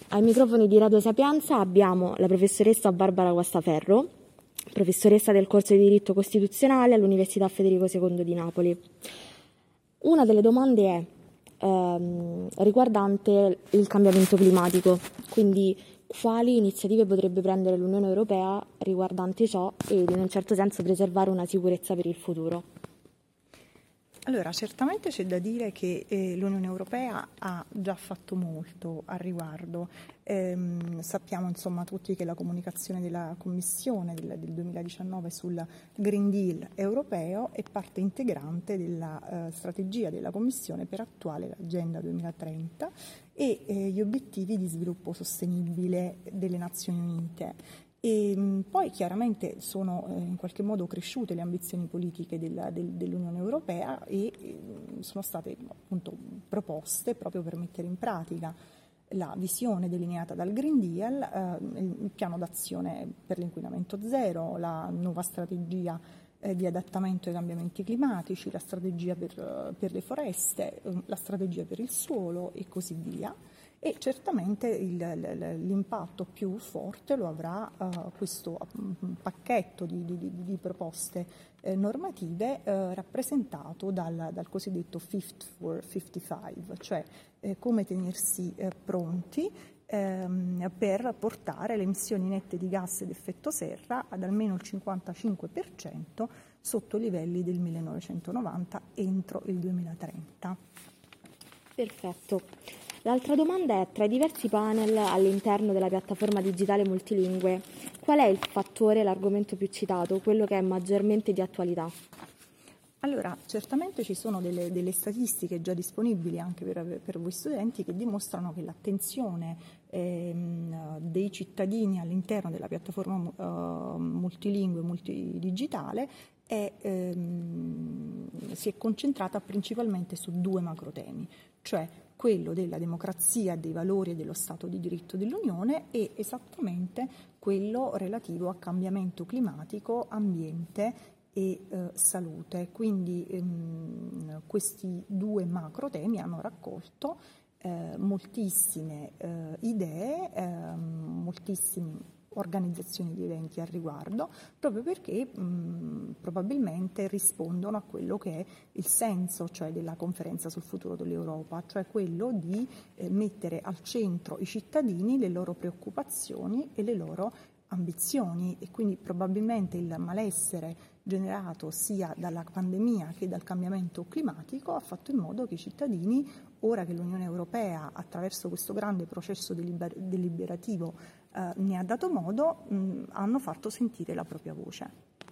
Ai microfoni di Radio Sapienza abbiamo la professoressa Barbara Guastaferro, professoressa del corso di diritto costituzionale all'Università Federico II di Napoli. Una delle domande è riguardante il cambiamento climatico, quindi quali iniziative potrebbe prendere l'Unione Europea riguardante ciò e in un certo senso preservare una sicurezza per il futuro. Allora, certamente c'è da dire che l'Unione Europea ha già fatto molto al riguardo. Sappiamo insomma tutti che la comunicazione della Commissione del 2019 sul Green Deal europeo è parte integrante della strategia della Commissione per attuare l'Agenda 2030 e gli obiettivi di sviluppo sostenibile delle Nazioni Unite. E poi chiaramente sono in qualche modo cresciute le ambizioni politiche dell'Unione Europea e sono state appunto proposte proprio per mettere in pratica la visione delineata dal Green Deal, il piano d'azione per l'inquinamento zero, la nuova strategia di adattamento ai cambiamenti climatici, la strategia per le foreste, la strategia per il suolo e così via. E certamente l'impatto più forte lo avrà questo pacchetto di proposte normative rappresentato dal cosiddetto Fit for 55, cioè come tenersi pronti per portare le emissioni nette di gas ad effetto serra ad almeno il 55% sotto i livelli del 1990 entro il 2030. Perfetto. L'altra domanda è, tra i diversi panel all'interno della piattaforma digitale multilingue, qual è il fattore, l'argomento più citato, quello che è maggiormente di attualità? Allora, certamente ci sono delle statistiche già disponibili anche per voi studenti che dimostrano che l'attenzione dei cittadini all'interno della piattaforma multilingue, multidigitale si è concentrata principalmente su due macrotemi, cioè quello della democrazia, dei valori e dello Stato di diritto dell'Unione e esattamente quello relativo a cambiamento climatico, ambiente e salute. Quindi questi due macro temi hanno raccolto moltissime idee, moltissime organizzazioni di eventi al riguardo, proprio perché probabilmente rispondono a quello che è il senso, cioè della conferenza sul futuro dell'Europa, cioè quello di mettere al centro i cittadini, le loro preoccupazioni e le loro ambizioni, e quindi probabilmente il malessere generato sia dalla pandemia che dal cambiamento climatico ha fatto in modo che i cittadini, ora che l'Unione Europea attraverso questo grande processo deliberativo ne ha dato modo, hanno fatto sentire la propria voce.